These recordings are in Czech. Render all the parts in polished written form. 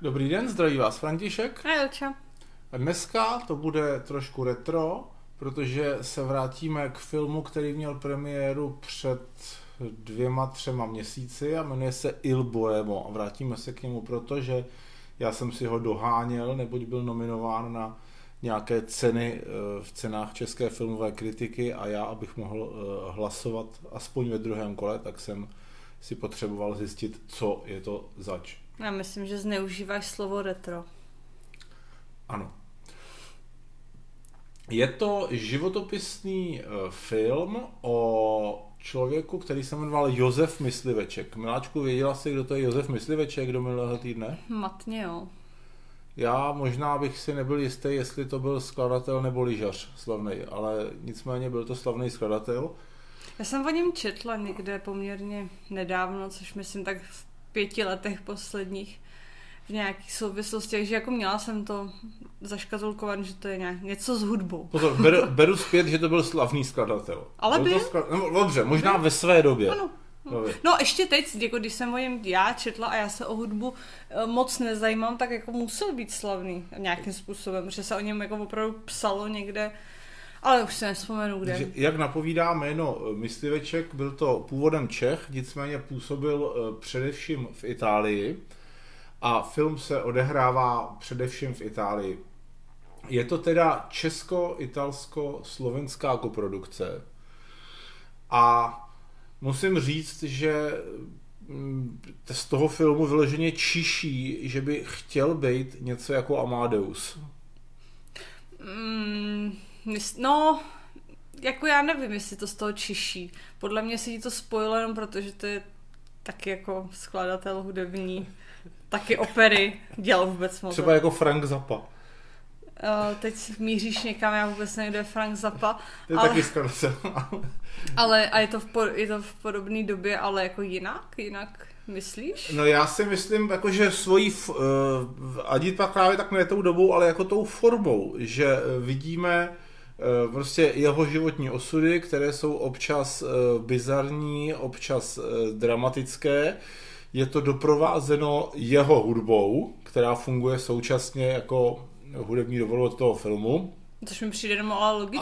Dobrý den, zdraví vás František. A Jelča. A dneska to bude trošku retro, protože se vrátíme k filmu, který měl premiéru před 2-3 měsíci a jmenuje se Il Boemo. A vrátíme se k němu, protože já jsem si ho doháněl, neboť byl nominován na nějaké ceny v cenách české filmové kritiky a já, abych mohl hlasovat aspoň ve druhém kole, tak jsem si potřeboval zjistit, co je to zač. Já myslím, že zneužíváš slovo retro. Ano. Je to životopisný film o člověku, který se jmenoval Josef Mysliveček. Miláčku, věděla jsi, kdo to je Josef Mysliveček do minulého týdne? Matně, jo. Já možná bych si nebyl jistý, jestli to byl skladatel nebo lyžař slavnej, ale nicméně byl to slavný skladatel. Já jsem o něm četla někde poměrně nedávno, což myslím tak v 5 letech posledních v nějakých souvislosti, takže jako měla jsem to zaškatulkovat, že to je něco s hudbou. Pozor, beru zpět, že to byl slavný skladatel. Ale byl? No, dobře, možná ve své době. Ano. No ještě teď, jako když jsem o něm já četla a já se o hudbu moc nezajímám, tak jako musel být slavný nějakým způsobem, protože se o něm jako opravdu psalo někde, ale už se nevzpomenu kde. Takže, jak napovídá jméno Mysliveček, byl to původem Čech, nicméně působil především v Itálii a film se odehrává především v Itálii. Je to teda česko-italsko-slovenská koprodukce a musím říct, že z toho filmu vyloženě čiší, že by chtěl být něco jako Amadeus. No, jako já nevím, jestli to z toho čiší. Podle mě si to spojilo jenom protože to je taky jako skladatel hudební, taky opery, dělal vůbec moc. Třeba jako Frank Zappa. Teď míříš někam, já vůbec nevím, kdo je Frank Zappa. To je taky skladatel. Ale a je to v podobné době, ale jako jinak myslíš? No já si myslím, jako, že svojí ani pak právě tak ne tou dobou, ale jako tou formou, že vidíme prostě jeho životní osudy, které jsou občas bizarní, občas dramatické. Je to doprovázeno jeho hudbou, která funguje současně jako hudební doprovod toho filmu. Což mi přijde jenom ale logický.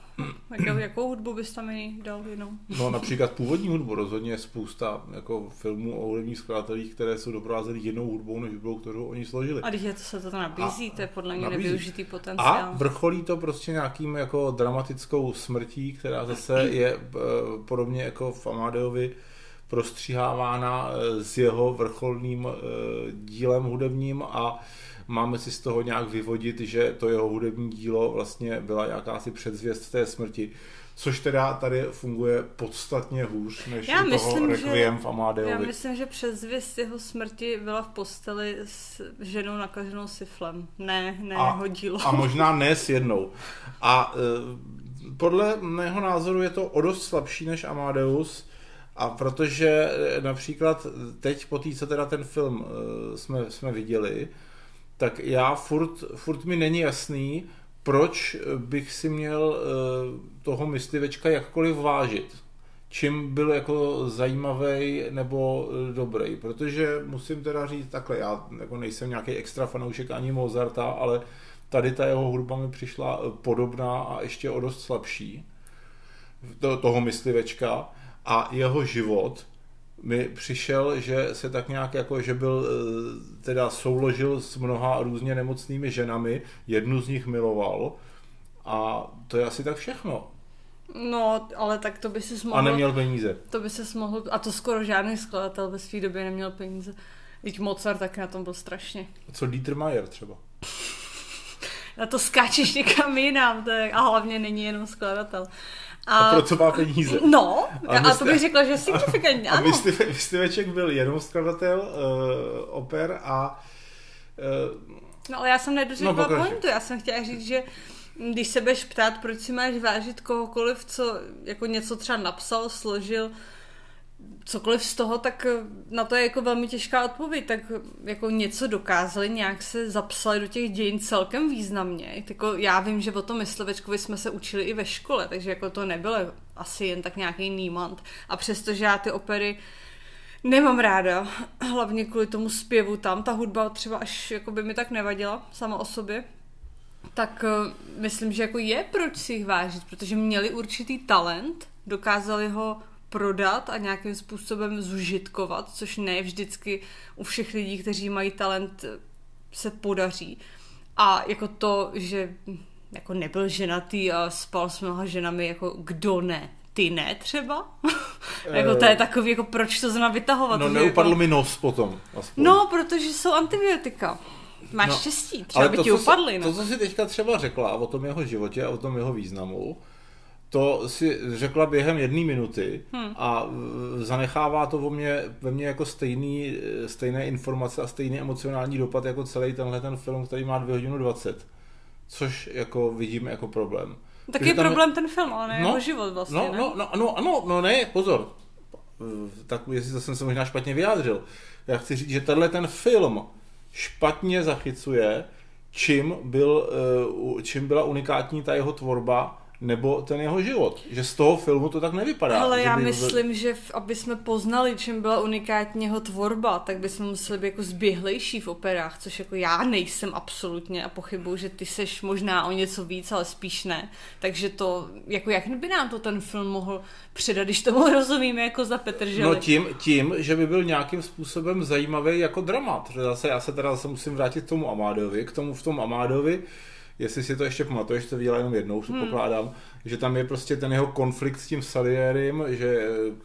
Jakou hudbu bys tam dal jinou? No například původní hudbu, rozhodně je spousta jako filmů o hudebních skladatelích, které jsou doprovázeny jednou hudbou, než hudbou, kterou oni složili. A když se to nabízí, to je podle mě nevyužitý potenciál. A vrcholí to prostě nějakým jako dramatickou smrtí, která zase je podobně jako v Amadeovi prostříhávána s jeho vrcholným dílem hudebním a máme si z toho nějak vyvodit, že to jeho hudební dílo vlastně byla jakási předzvěst té smrti, což teda tady funguje podstatně hůř, než u toho Requiem v Amadeovi. Já myslím, že předzvěst jeho smrti byla v posteli s ženou nakaženou syflem, ne jeho dílo. A možná ne s jednou. A podle mého názoru je to o dost slabší než Amadeus, a protože například teď po té, co teda ten film jsme viděli, tak já furt mi není jasný, proč bych si měl toho Myslivečka jakkoliv vážit. Čím byl jako zajímavý nebo dobrý. Protože musím teda říct takhle, já jako nejsem nějaký extra fanoušek ani Mozarta, ale tady ta jeho hudba mi přišla podobná a ještě o dost slabší. Toho Myslivečka. A jeho život mi přišel, že se tak nějak jako, že byl teda souložil s mnoha různě nemocnými ženami, jednu z nich miloval a to je asi tak všechno. No, ale tak to by si mohl... A neměl peníze. To by se mohl... A to skoro žádný skladatel ve své době neměl peníze. Teď Mozart taky na tom byl strašně. Co Dieter Mayer třeba? Na to skáčeš někam jinam, a hlavně není jenom skladatel. A proto má peníze. No, a to bych řekla, že signifikantně, ano. A Mysliveček byl jenom skladatel oper a... No ale já jsem nedořekla pointu, já jsem chtěla říct, že když se budeš ptát, proč si máš vážit kohokoliv, co jako něco třeba napsal, složil, cokoliv z toho, tak na to je jako velmi těžká odpověď, tak jako něco dokázali, nějak se zapsali do těch dějin celkem významně. Jako já vím, že o tom Myslivečkovi jsme se učili i ve škole, takže jako to nebylo asi jen tak nějaký nímant. A přestože já ty opery Nemám ráda, hlavně kvůli tomu zpěvu tam, ta hudba třeba až jako by mi tak nevadila sama o sobě, tak myslím, že jako je proč si jich vážit, protože měli určitý talent, dokázali ho prodat a nějakým způsobem zužitkovat, což ne vždycky u všech lidí, kteří mají talent, se podaří. A jako to, že jako nebyl ženatý a spal s mnoha ženami, jako kdo ne? Ty ne třeba? Jako to je takový, jako proč to zrovna vytahovat? No neupadl mi nos potom. Aspoň. No, protože jsou antibiotika. Máš štěstí, třeba by ti upadly. To, co jsi teďka třeba řekla o tom jeho životě a o tom jeho významu, to si řekla během 1 minuty a zanechává to ve mně jako stejné informace a stejný emocionální dopad jako celý tenhle ten film, který má 2 hodiny 20, což jako vidíme jako problém. Tak je problém ten film, ale ne jeho život vlastně, ne? Ne, pozor. Tak jestli jsem se možná špatně vyjádřil. Já chci říct, že tenhle film špatně zachycuje, čím byla unikátní ta jeho tvorba, nebo ten jeho život. Že z toho filmu to tak nevypadá. Ale já myslím, že aby jsme poznali, čím byla unikátní jeho tvorba, tak bychom museli být jako zběhlejší v operách, což jako já nejsem absolutně a pochybuju, že ty seš možná o něco víc, ale spíš ne. Takže to, jako jak by nám to ten film mohl předat, když tomu rozumíme jako za Petrželi? No tím, že by byl nějakým způsobem zajímavý jako dramat. Já se teda musím vrátit k tomu Amadeovi. V tom Amadeovi, jestli si to ještě pamatuješ, to viděla jenom jednou, předpokládám, že tam je prostě ten jeho konflikt s tím Salierim, že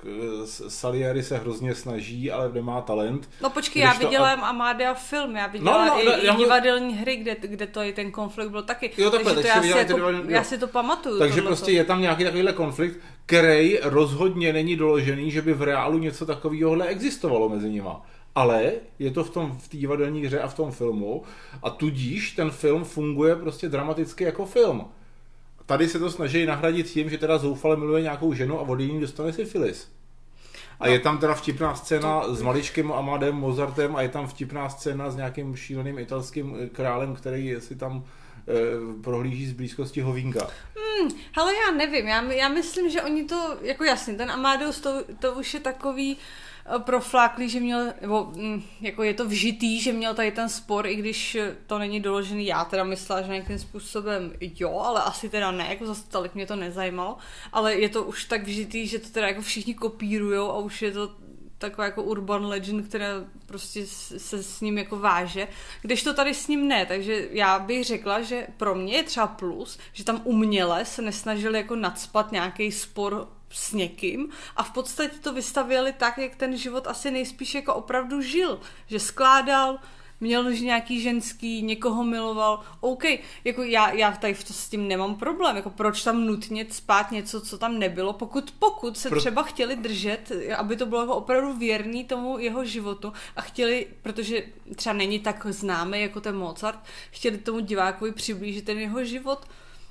Salieri se hrozně snaží, ale nemá talent. No počkej, já viděla Amadea film, já viděla i divadelní hry, kde to i ten konflikt byl taky. Jo, takhle, já si to pamatuju. Takže prostě je tam nějaký takovýhle konflikt, který rozhodně není doložený, že by v reálu něco takového existovalo mezi nima. Ale je to v té divadelní hře a v tom filmu a tudíž ten film funguje prostě dramaticky jako film. Tady se to snaží nahradit tím, že teda zoufale miluje nějakou ženu a od ní dostane syfilis. A je tam teda vtipná scéna s maličkým Amadem Mozartem a je tam vtipná scéna s nějakým šíleným italským králem, který si tam prohlíží z blízkosti hovínka. Hele, já nevím, já myslím, že oni to, jako jasně, ten Amadeus to už je takový profláklý, že měl, nebo jako je to vžitý, že měl tady ten spor, i když to není doložený. Já teda myslela, že nějakým způsobem jo, ale asi teda ne, jako zase tolik mě to nezajímalo, ale je to už tak vžitý, že to teda jako všichni kopírujou a už je to taková jako urban legend, která prostě se s ním jako váže, když to tady s ním ne, takže já bych řekla, že pro mě je třeba plus, že tam uměle se nesnažili jako nacpat nějaký spor s někým a v podstatě to vystavěli tak, jak ten život asi nejspíš jako opravdu žil, že skládal, měl už nějaký ženský, někoho miloval, OK, jako já tady s tím nemám problém, jako proč tam nutně spát něco, co tam nebylo, pokud se třeba chtěli držet, aby to bylo jako opravdu věrný tomu jeho životu a chtěli, protože třeba není tak známý jako ten Mozart, chtěli tomu divákovi přiblížit ten jeho život.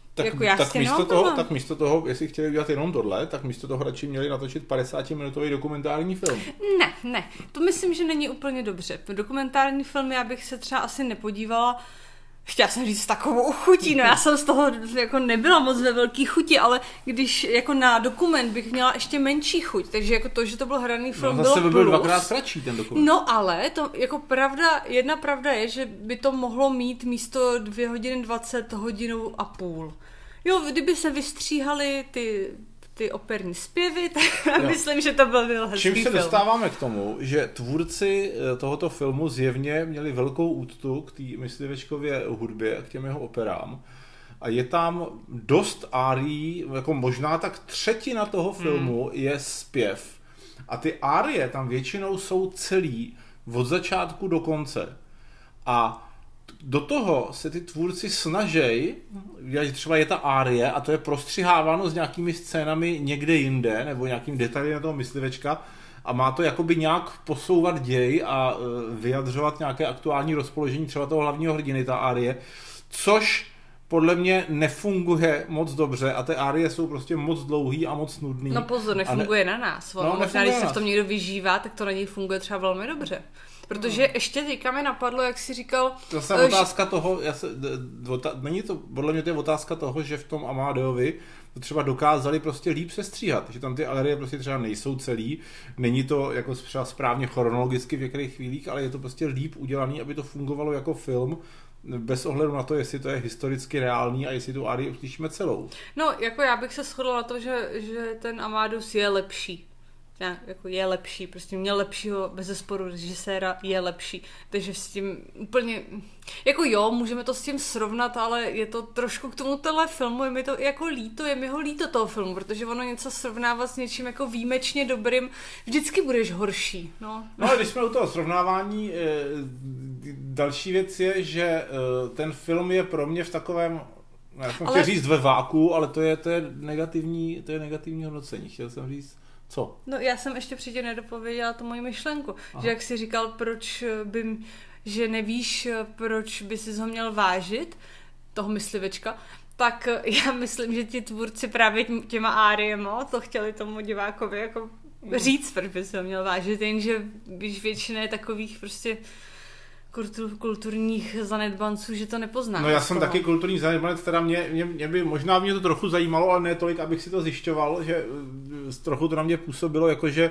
Tak místo toho, jestli chtěli udělat jenom tohle, tak místo toho radši měli natočit 50-minutový dokumentární film. Ne, to myslím, že není úplně dobře. Dokumentární film já bych se třeba asi nepodívala, chtěla jsem říct takovou chutí, no já jsem z toho jako nebyla moc ve velký chuti, ale když jako na dokument bych měla ještě menší chuť, takže jako to, že to byl hraný film, bylo plus. Zase by byl 2x kratší ten dokument. No ale to jako jedna pravda je, že by to mohlo mít místo 2 hodiny 20 hodinu a půl. Jo, kdyby se vystříhaly ty operní zpěvy, tak myslím, že to byl hezký film. Čím se dostáváme k tomu, že tvůrci tohoto filmu zjevně měli velkou úctu k té Myslivečkově hudbě a k těm jeho operám. A je tam dost árií, jako možná tak 1/3 toho filmu je zpěv. A ty árie tam většinou jsou celý od začátku do konce. A do toho se ty tvůrci snaží, že třeba je ta árie a to je prostřiháváno s nějakými scénami někde jinde, nebo nějakým detailem na toho myslivečka a má to jakoby nějak posouvat děj a vyjadřovat nějaké aktuální rozpoložení třeba toho hlavního hrdiny, ta árie, což podle mě nefunguje moc dobře a ty árie jsou prostě moc dlouhý a moc nudný. No pozor, nefunguje na nás. Možná, když se v tom někdo vyžívá, tak to na něj funguje třeba velmi dobře. Protože ještě teďka mi napadlo, jak jsi říkal... To je otázka toho, není to, podle mě to je otázka toho, že v tom Amadeovi to třeba dokázali prostě líp sestříhat, že tam ty alerie prostě třeba nejsou celý, není to jako třeba správně chronologicky v některých chvílích, ale je to prostě líp udělaný, aby to fungovalo jako film, bez ohledu na to, jestli to je historicky reálný a jestli tu árii uslyšíme celou. No, jako já bych se shodla na to, že ten Amadeus je lepší. Jako je lepší, prostě měl lepšího bezesporu režiséra, je lepší, takže s tím úplně, jako jo, můžeme to s tím srovnat, ale je to trošku k tomu filmu, je mi to jako líto, je mi ho líto toho filmu, protože ono něco srovnávat s něčím jako výjimečně dobrým, vždycky budeš horší, no. No ale když jsme u toho srovnávání, další věc je, že ten film je pro mě v takovém, já jsem chtěl říct ve váku, ale to je negativní hodnocení, chtěl jsem říct. Co? No já jsem ještě předtím nedopověděla tu moji myšlenku, že jak jsi říkal, že nevíš, proč by si ho měl vážit, toho myslivečka, tak já myslím, že ti tvůrci právě těma áriema to chtěli tomu divákovi jako říct, proč by si ho měl vážit, jenže když většina je takových prostě kulturních zanedbanců, že to nepoznáš. No já jsem taky kulturní zanedbanec, teda možná mě to trochu zajímalo, ale ne tolik, abych si to zjišťoval, že trochu to na mě působilo, jakože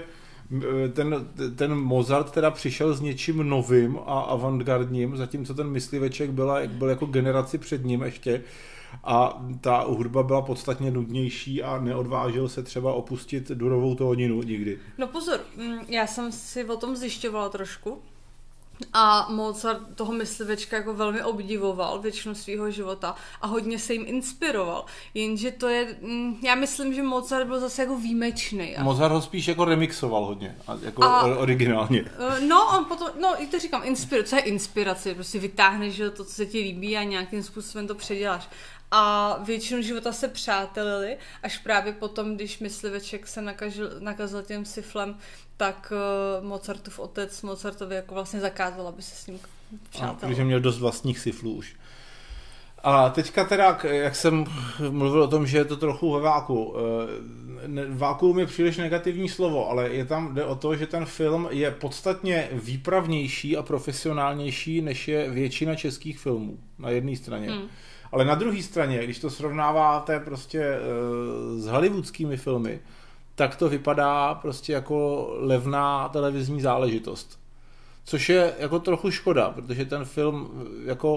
ten Mozart teda přišel s něčím novým a avantgardním, zatímco ten mysliveček byl jako generaci před ním ještě a ta hudba byla podstatně nudnější a neodvážil se třeba opustit durovou tóninu nikdy. No pozor, já jsem si o tom zjišťovala trošku. A Mozart toho myslivečka jako velmi obdivoval většinu svého života a hodně se jim inspiroval. Jenže to je, já myslím, že Mozart byl zase jako výjimečný. Mozart ho spíš jako remixoval hodně, jako originálně. No, on potom, i to říkám, co je inspirace? Prostě vytáhneš to, co se ti líbí a nějakým způsobem to předěláš. A většinu života se přátelili, až právě potom, když mysliveček se nakazil tím syflem, tak Mozartův otec Mozartovi jako vlastně zakázal, aby se s ním přátel. Protože měl dost vlastních syflů už. A teďka teda, jak jsem mluvil o tom, že je to trochu ve váku. Vákuum je příliš negativní slovo, ale jde o to, že ten film je podstatně výpravnější a profesionálnější, než je většina českých filmů na jedné straně. Ale na druhé straně, když to srovnáváte prostě s hollywoodskými filmy, tak to vypadá prostě jako levná televizní záležitost. Což je jako trochu škoda, protože ten film jako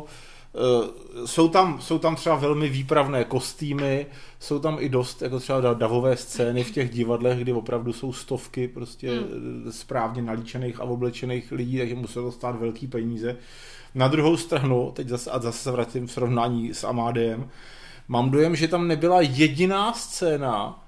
jsou tam třeba velmi výpravné kostýmy, jsou tam i dost jako třeba davové scény v těch divadlech, kdy opravdu jsou stovky prostě správně nalíčených a oblečených lidí, takže muselo stát velký peníze. Na druhou stranu, teď zase se vrátím v srovnání s Amadiem, mám dojem, že tam nebyla jediná scéna,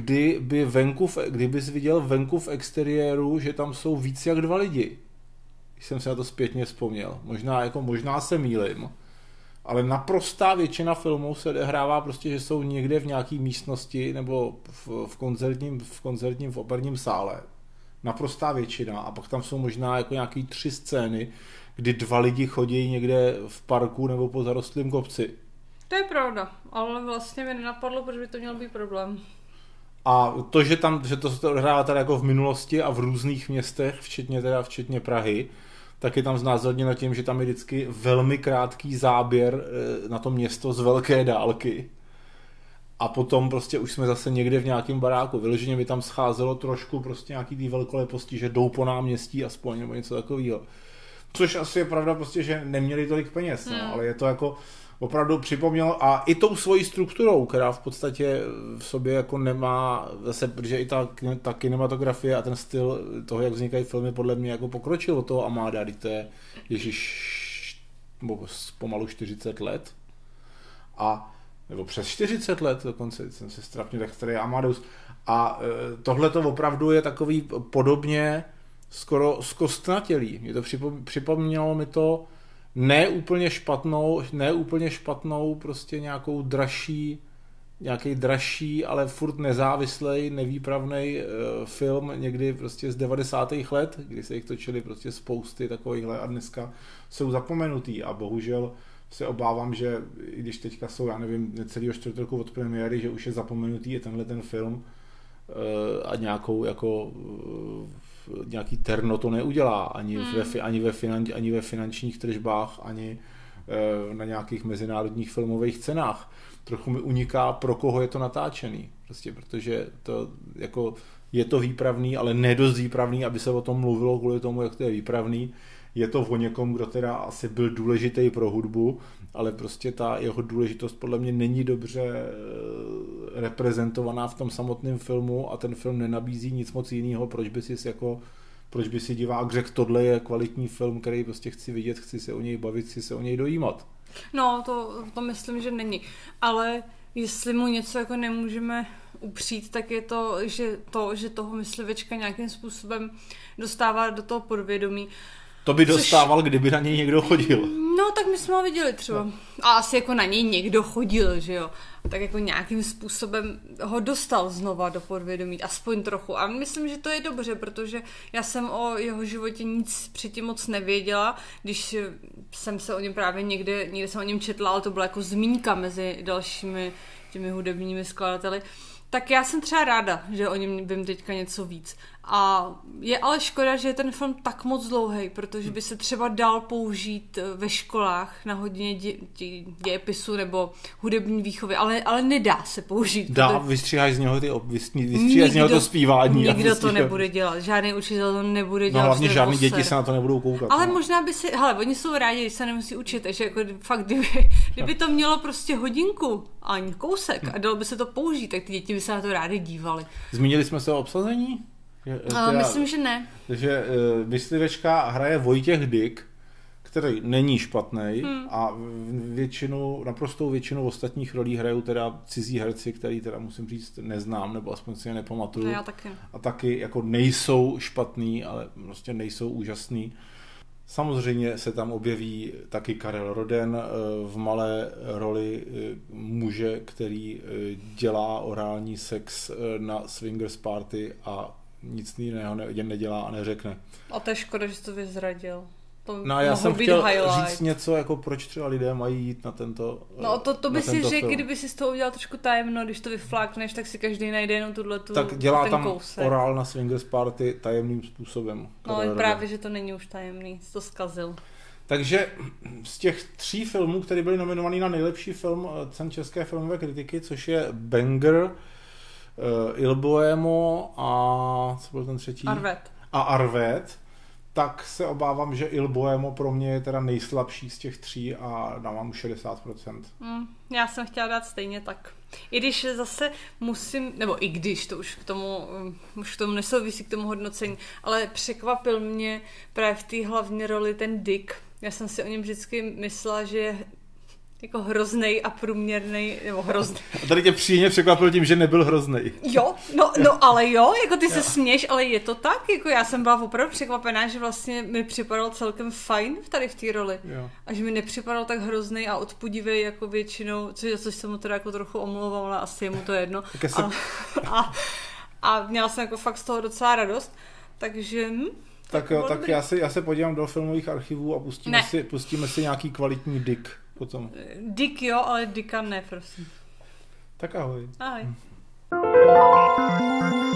kdybys viděl venku v exteriéru, že tam jsou víc jak 2 lidi. Když jsem se na to zpětně vzpomněl. Možná se mýlim, ale naprostá většina filmů se odehrává prostě, že jsou někde v nějaký místnosti nebo v koncertním operním sále. Naprostá většina. A pak tam jsou možná jako nějaký 3 scény, kdy 2 lidi chodí někde v parku nebo po zarostlém kopci. To je pravda, ale vlastně mi nenapadlo, proč by to měl být problém. A to, že to se odehrává tady jako v minulosti a v různých městech, včetně Prahy, tak je tam znázorněno tím, že tam je vždycky velmi krátký záběr na to město z velké dálky. A potom prostě už jsme zase někde v nějakém baráku. Vyloženě mi tam scházelo trošku prostě nějaký tý velkoleposti, že jdou po náměstí aspoň nebo něco takového. Což asi je pravda prostě, že neměli tolik peněz, ale je to jako opravdu připomnělo a i tou svojí strukturou, která v podstatě v sobě jako nemá zase, protože i ta kinematografie a ten styl toho, jak vznikají filmy, podle mě jako pokročil od toho Amáda, když to je pomalu 40 let nebo přes 40 let dokonce, jsem se strapně tak starý Amadeus a tohle to opravdu je takový podobně skoro zkostnatělý. Mě to připomnělo mi to ne úplně špatnou prostě nějaký dražší, ale furt nezávislej, nevýpravnej film někdy prostě z 90. let, kdy se jich točili prostě spousty takovýchhle a dneska jsou zapomenutý a bohužel se obávám, že i když teďka jsou, já nevím, necelýho 4 roku od premiéry, že už je zapomenutý i tenhle ten film a nějakou jako nějaký terno to neudělá, ani ve finančních tržbách, ani na nějakých mezinárodních filmových cenách. Trochu mi uniká, pro koho je to natáčený. Prostě protože to jako je to výpravný, ale nedost výpravný, aby se o tom mluvilo kvůli tomu, jak to je výpravný. Je to o někom, kdo teda asi byl důležitý pro hudbu, ale prostě ta jeho důležitost podle mě není dobře reprezentovaná v tom samotném filmu a ten film nenabízí nic moc jiného, proč by si divák řekl, tohle je kvalitní film, který prostě chci vidět, chci se o něj bavit, chci se o něj dojímat. No, to myslím, že není. Ale jestli mu něco jako nemůžeme upřít, tak je to, že toho myslivečka nějakým způsobem dostává do toho podvědomí. To by dostával, kdyby na něj někdo chodil. No, tak my jsme ho viděli třeba. A asi jako na něj někdo chodil, že jo. Tak jako nějakým způsobem ho dostal znova do podvědomí, aspoň trochu. A myslím, že to je dobře, protože já jsem o jeho životě nic předtím moc nevěděla, když jsem se o něm právě někde jsem o něm četla, ale to byla jako zmínka mezi dalšími těmi hudebními skladateli. Tak já jsem třeba ráda, že o něm vím teďka něco víc. A je ale škoda, že je ten film tak moc dlouhý, protože by se třeba dal použít ve školách na hodině dějepisu nebo hudební výchovy, ale nedá se použít. Vystříháš z něho to zpívání. Nikdo to nebude dělat, žádný učitel to nebude dělat. No hlavně žádný děti se na to nebudou koukat. Ale možná by si, oni jsou rádi, když se nemusí učit, takže jako fakt, kdyby to mělo prostě hodinku a ani kousek a dalo by se to použít, tak ty děti by se na to rádi dívali. Zmínili jsme se o obsazení? Myslím, že ne. Takže myslivečka hraje Vojtěch Dyk, který není špatný a naprostou většinu ostatních rolí hrajou teda cizí herci, který teda musím říct neznám, nebo aspoň si je nepamatuju. Já taky. A taky jako nejsou špatný, ale prostě nejsou úžasný. Samozřejmě se tam objeví taky Karel Roden v malé roli muže, který dělá orální sex na swingers party a nic jiného nedělá a neřekne. A to je škoda, že jsi to vyzradil. No já jsem chtěl říct něco, jako proč třeba lidé mají jít na tento No to by si řekl, kdyby si z toho udělal trošku tajemno, když to vyflákneš, tak si každý najde jenom tak dělá tam kousek. Orál na swingers party tajemným způsobem. No ale právě, že to není už tajemný, jsi to zkazil. Takže z těch 3 filmů, které byly nominovaný na nejlepší film cen České filmové kritiky, což je Banger, Il Bohemo a co byl ten třetí? Arvet, tak se obávám, že Il Bohemo pro mě je teda nejslabší z těch 3 a dávám mu 60%. Já jsem chtěla dát stejně tak. I když zase musím, nebo i když, to už k tomu nesouvisí k tomu hodnocení, ale překvapil mě právě v té hlavní roli ten Dick. Já jsem si o něm vždycky myslela, že je jako hroznej a průměrnej, nebo hrozný. A tady tě příjemně překvapil tím, že nebyl hroznej. Jo, no ale jo, jako ty se směš, ale je to tak, jako já jsem byla opravdu překvapená, že vlastně mi připadal celkem fajn tady v té roli. Jo. A že mi nepřipadal tak hroznej a odpudivý jako většinou, což jsem mu teda jako trochu omlouvala, asi je mu to jedno. A měla jsem jako fakt z toho docela radost, takže... Tak jo, tak já se podívám do filmových archivů a pustíme si nějaký kvalitní Dick potom. Dick jo, ale Dicka ne, prosím. Tak ahoj. Ahoj.